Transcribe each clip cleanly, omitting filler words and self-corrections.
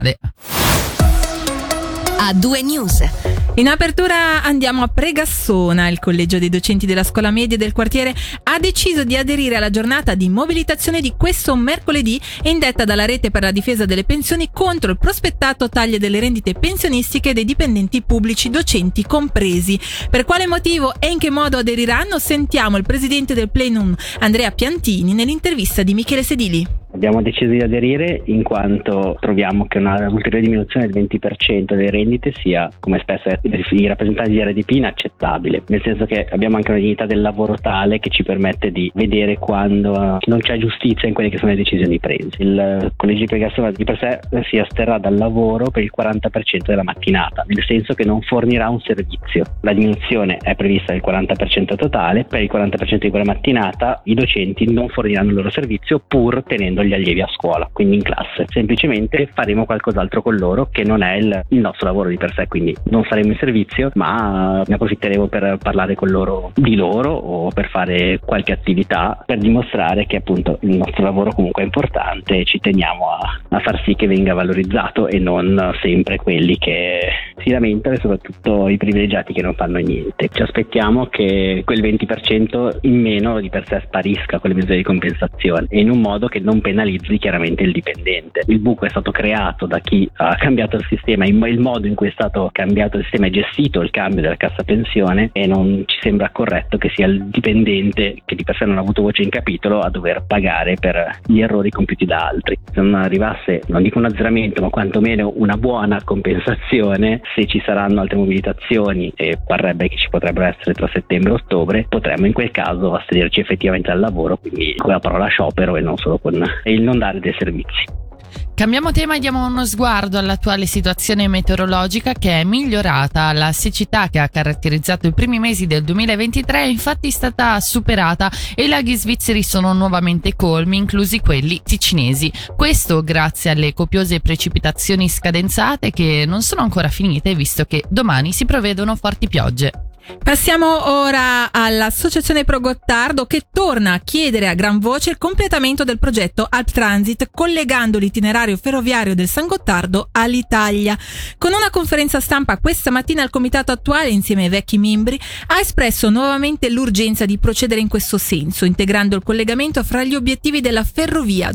A2 News. In apertura andiamo a Pregassona. Il collegio dei docenti della scuola media del quartiere ha deciso di aderire alla giornata di mobilitazione di questo mercoledì, indetta dalla Rete per la difesa delle pensioni contro il prospettato taglio delle rendite pensionistiche dei dipendenti pubblici, docenti compresi. Per quale motivo e in che modo aderiranno? Sentiamo il presidente del Plenum, Andrea Piantini, nell'intervista di Michele Sedili. Abbiamo deciso di aderire in quanto troviamo che una ulteriore diminuzione del 20% delle rendite sia, come spesso i rappresentanti di RDP, inaccettabile, nel senso che abbiamo anche una dignità del lavoro tale che ci permette di vedere quando non c'è giustizia in quelle che sono le decisioni prese. Il collegio di Pregassona di per sé si asterrà dal lavoro per il 40% della mattinata, nel senso che non fornirà un servizio. La diminuzione è prevista del 40% totale, per il 40% di quella mattinata i docenti non forniranno il loro servizio pur tenendo gli allievi a scuola, quindi in classe. Semplicemente faremo qualcos'altro con loro che non è il nostro lavoro di per sé, quindi non saremo in servizio, ma ne approfitteremo per parlare con loro di loro o per fare qualche attività per dimostrare che appunto il nostro lavoro comunque è importante e ci teniamo a far sì che venga valorizzato e non sempre quelli che si lamentano e soprattutto i privilegiati che non fanno niente. Ci aspettiamo che quel 20% in meno di per sé sparisca con le misure di compensazione e in un modo che non penalizzi chiaramente il dipendente. Il buco è stato creato da chi ha cambiato il sistema, il modo in cui è stato cambiato il sistema e gestito il cambio della cassa pensione, e non ci sembra corretto che sia il dipendente, che di per sé non ha avuto voce in capitolo, a dover pagare per gli errori compiuti da altri. Se non arrivasse, non dico un azzeramento, ma quantomeno una buona compensazione, se ci saranno altre mobilitazioni, e parrebbe che ci potrebbero essere tra settembre e ottobre, potremmo in quel caso astenerci effettivamente dal lavoro, quindi con la parola sciopero e non solo con il non dare dei servizi. Cambiamo tema e diamo uno sguardo all'attuale situazione meteorologica, che è migliorata. La siccità che ha caratterizzato i primi mesi del 2023 è infatti stata superata e i laghi svizzeri sono nuovamente colmi, inclusi quelli ticinesi. Questo grazie alle copiose precipitazioni scadenzate che non sono ancora finite, visto che domani si prevedono forti piogge. Passiamo ora all'Associazione Pro Gottardo, che torna a chiedere a gran voce il completamento del progetto Alp Transit, collegando l'itinerario ferroviario del San Gottardo all'Italia. Con una conferenza stampa questa mattina il comitato attuale, insieme ai vecchi membri, ha espresso nuovamente l'urgenza di procedere in questo senso, integrando il collegamento fra gli obiettivi della Ferrovia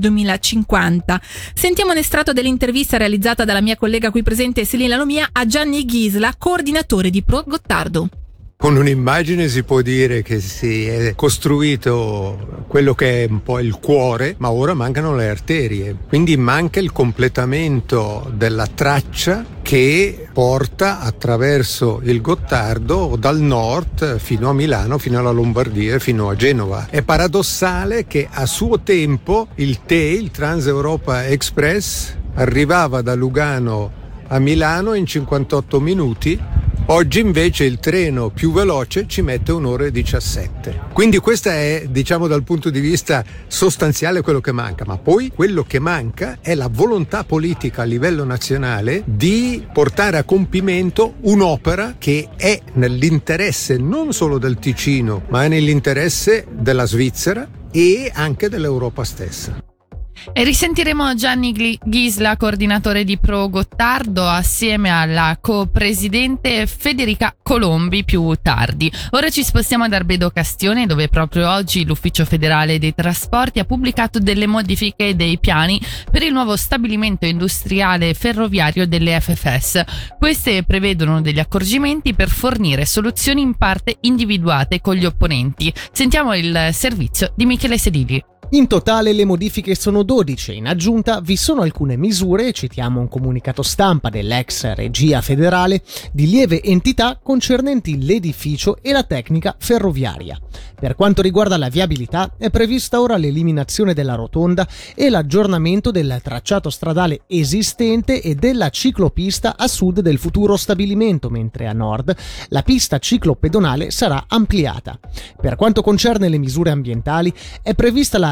2050. Sentiamo un estratto dell'intervista realizzata dalla mia collega qui presente Selina Lomia a Gianni Ghisla, coordinatore di Pro Gottardo. Con un'immagine si può dire che si è costruito quello che è un po' il cuore, ma ora mancano le arterie, quindi manca il completamento della traccia che porta attraverso il Gottardo dal nord fino a Milano, fino alla Lombardia e fino a Genova. È paradossale che a suo tempo il TEI, il Trans-Europa Express, arrivava da Lugano a Milano in 58 minuti. Oggi invece il treno più veloce ci mette 1 ora e 17. Quindi questo è, diciamo, dal punto di vista sostanziale quello che manca, ma poi quello che manca è la volontà politica a livello nazionale di portare a compimento un'opera che è nell'interesse non solo del Ticino, ma è nell'interesse della Svizzera e anche dell'Europa stessa. E risentiremo Gianni Ghisla, coordinatore di Pro Gottardo, assieme alla co-presidente Federica Colombi più tardi. Ora ci spostiamo ad Arbedo Castione, dove proprio oggi l'Ufficio Federale dei Trasporti ha pubblicato delle modifiche dei piani per il nuovo stabilimento industriale ferroviario delle FFS. Queste prevedono degli accorgimenti per fornire soluzioni in parte individuate con gli opponenti. Sentiamo il servizio di Michele Sedili. In totale le modifiche sono 12 e in aggiunta vi sono alcune misure, citiamo un comunicato stampa dell'ex regia federale, di lieve entità concernenti l'edificio e la tecnica ferroviaria. Per quanto riguarda la viabilità è prevista ora l'eliminazione della rotonda e l'aggiornamento del tracciato stradale esistente e della ciclopista a sud del futuro stabilimento, mentre a nord la pista ciclopedonale sarà ampliata. Per quanto concerne le misure ambientali è prevista la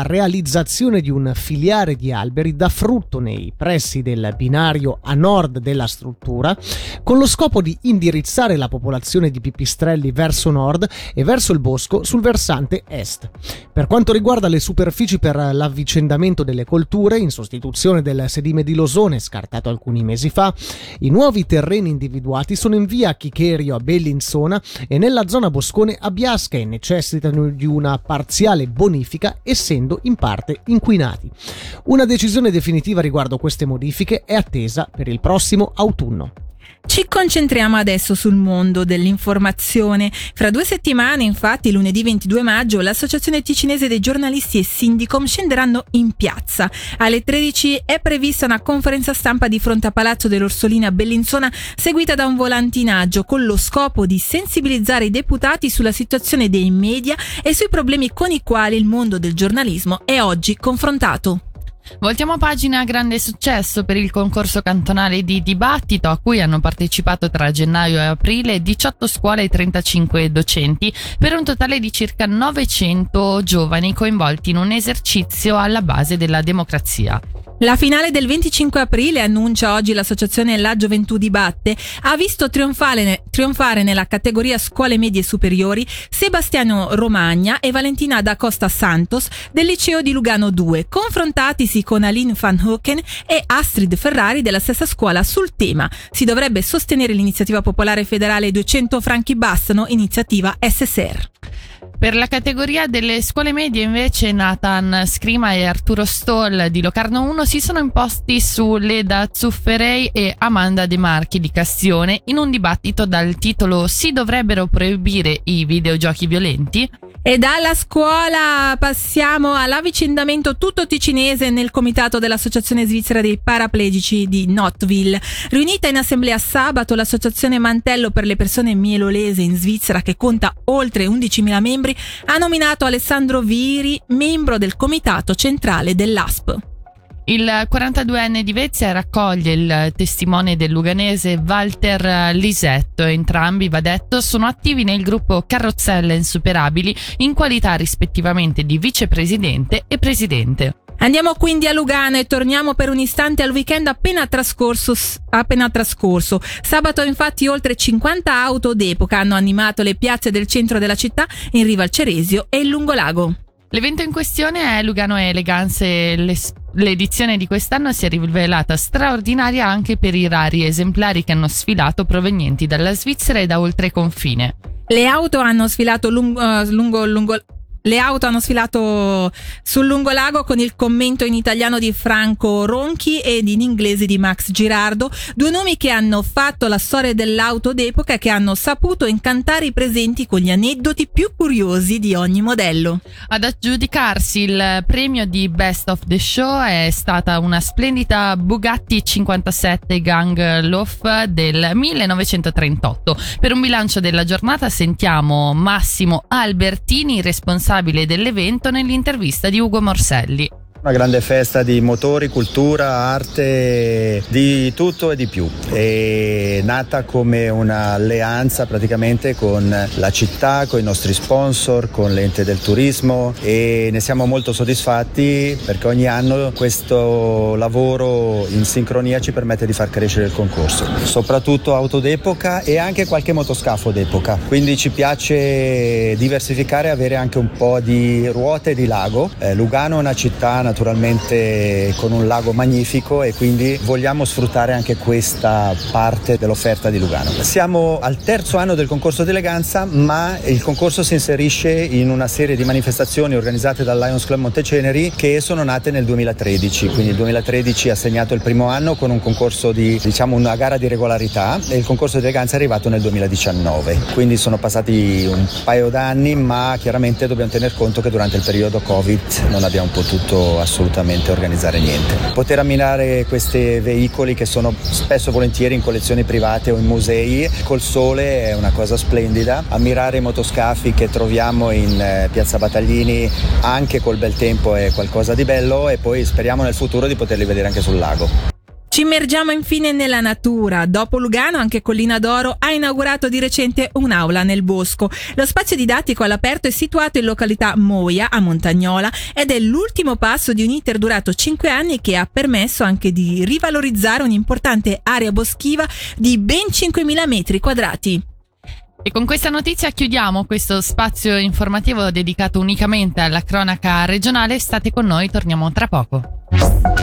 realizzazione di un filiare di alberi da frutto nei pressi del binario a nord della struttura, con lo scopo di indirizzare la popolazione di pipistrelli verso nord e verso il bosco sul versante est. Per quanto riguarda le superfici per l'avvicendamento delle colture, in sostituzione del sedime di Losone scartato alcuni mesi fa, i nuovi terreni individuati sono in via Chicherio a Bellinzona e nella zona Boscone a Biasca e necessitano di una parziale bonifica, essendo in parte inquinati. Una decisione definitiva riguardo queste modifiche è attesa per il prossimo autunno. Ci concentriamo adesso sul mondo dell'informazione. Fra 2 settimane, infatti, lunedì 22 maggio, l'Associazione Ticinese dei Giornalisti e Sindicom scenderanno in piazza. Alle 13 è prevista una conferenza stampa di fronte a Palazzo dell'Orsolini a Bellinzona, seguita da un volantinaggio con lo scopo di sensibilizzare i deputati sulla situazione dei media e sui problemi con i quali il mondo del giornalismo è oggi confrontato. Voltiamo pagina. Grande successo per il concorso cantonale di dibattito a cui hanno partecipato tra gennaio e aprile 18 scuole e 35 docenti, per un totale di circa 900 giovani coinvolti in un esercizio alla base della democrazia. La finale del 25 aprile, annuncia oggi l'associazione La Gioventù Dibatte, ha visto trionfare nella categoria scuole medie superiori Sebastiano Romagna e Valentina da Costa Santos del liceo di Lugano 2, confrontatisi con Aline Van Hoeken e Astrid Ferrari della stessa scuola sul tema: si dovrebbe sostenere l'iniziativa popolare federale 200 franchi bastano, iniziativa SSR. Per la categoria delle scuole medie invece Nathan Scrima e Arturo Stoll di Locarno 1 si sono imposti su Leda Zufferei e Amanda De Marchi di Castione in un dibattito dal titolo "Si dovrebbero proibire i videogiochi violenti?". E dalla scuola passiamo all'avvicendamento tutto ticinese nel comitato dell'Associazione Svizzera dei Paraplegici di Notteville. Riunita in assemblea sabato, l'associazione Mantello per le persone mielolese in Svizzera, che conta oltre 11.000 membri, ha nominato Alessandro Viri membro del comitato centrale dell'ASP. Il 42enne di Vezia raccoglie il testimone del luganese Walter Lisetto. Entrambi, va detto, sono attivi nel gruppo Carrozzelle Insuperabili in qualità rispettivamente di vicepresidente e presidente. Andiamo quindi a Lugano e torniamo per un istante al weekend appena trascorso. Sabato infatti oltre 50 auto d'epoca hanno animato le piazze del centro della città in riva al Ceresio e il Lungolago. L'evento in questione è Lugano Elegance e l'edizione di quest'anno si è rivelata straordinaria anche per i rari esemplari che hanno sfilato provenienti dalla Svizzera e da oltre confine. Le auto hanno sfilato sul Lungolago con il commento in italiano di Franco Ronchi ed in inglese di Max Girardo, due nomi che hanno fatto la storia dell'auto d'epoca e che hanno saputo incantare i presenti con gli aneddoti più curiosi di ogni modello. Ad aggiudicarsi il premio di Best of the Show è stata una splendida Bugatti 57 Gang Loaf del 1938. Per un bilancio della giornata sentiamo Massimo Albertini, responsabile dell'evento, nell'intervista di Ugo Morselli. Una grande festa di motori, cultura, arte, di tutto e di più. È nata come un'alleanza praticamente con la città, con i nostri sponsor, con l'ente del turismo, e ne siamo molto soddisfatti perché ogni anno questo lavoro in sincronia ci permette di far crescere il concorso. Soprattutto auto d'epoca e anche qualche motoscafo d'epoca. Quindi ci piace diversificare e avere anche un po' di ruote di lago. Lugano è una città naturalmente con un lago magnifico e quindi vogliamo sfruttare anche questa parte dell'offerta di Lugano. Siamo al terzo anno del concorso di eleganza, ma il concorso si inserisce in una serie di manifestazioni organizzate dal Lions Club Monteceneri che sono nate nel 2013, quindi il 2013 ha segnato il primo anno con un concorso di, una gara di regolarità, e il concorso di eleganza è arrivato nel 2019, quindi sono passati un paio d'anni, ma chiaramente dobbiamo tener conto che durante il periodo Covid non abbiamo potuto assolutamente organizzare niente. Poter ammirare questi veicoli che sono spesso e volentieri in collezioni private o in musei col sole è una cosa splendida. Ammirare i motoscafi che troviamo in Piazza Battaglini anche col bel tempo è qualcosa di bello, e poi speriamo nel futuro di poterli vedere anche sul lago. Ci immergiamo infine nella natura. Dopo Lugano, anche Collina d'Oro ha inaugurato di recente un'aula nel bosco. Lo spazio didattico all'aperto è situato in località Moia, a Montagnola, ed è l'ultimo passo di un iter durato 5 anni che ha permesso anche di rivalorizzare un'importante area boschiva di ben 5.000 metri quadrati. E con questa notizia chiudiamo questo spazio informativo dedicato unicamente alla cronaca regionale. State con noi, torniamo tra poco.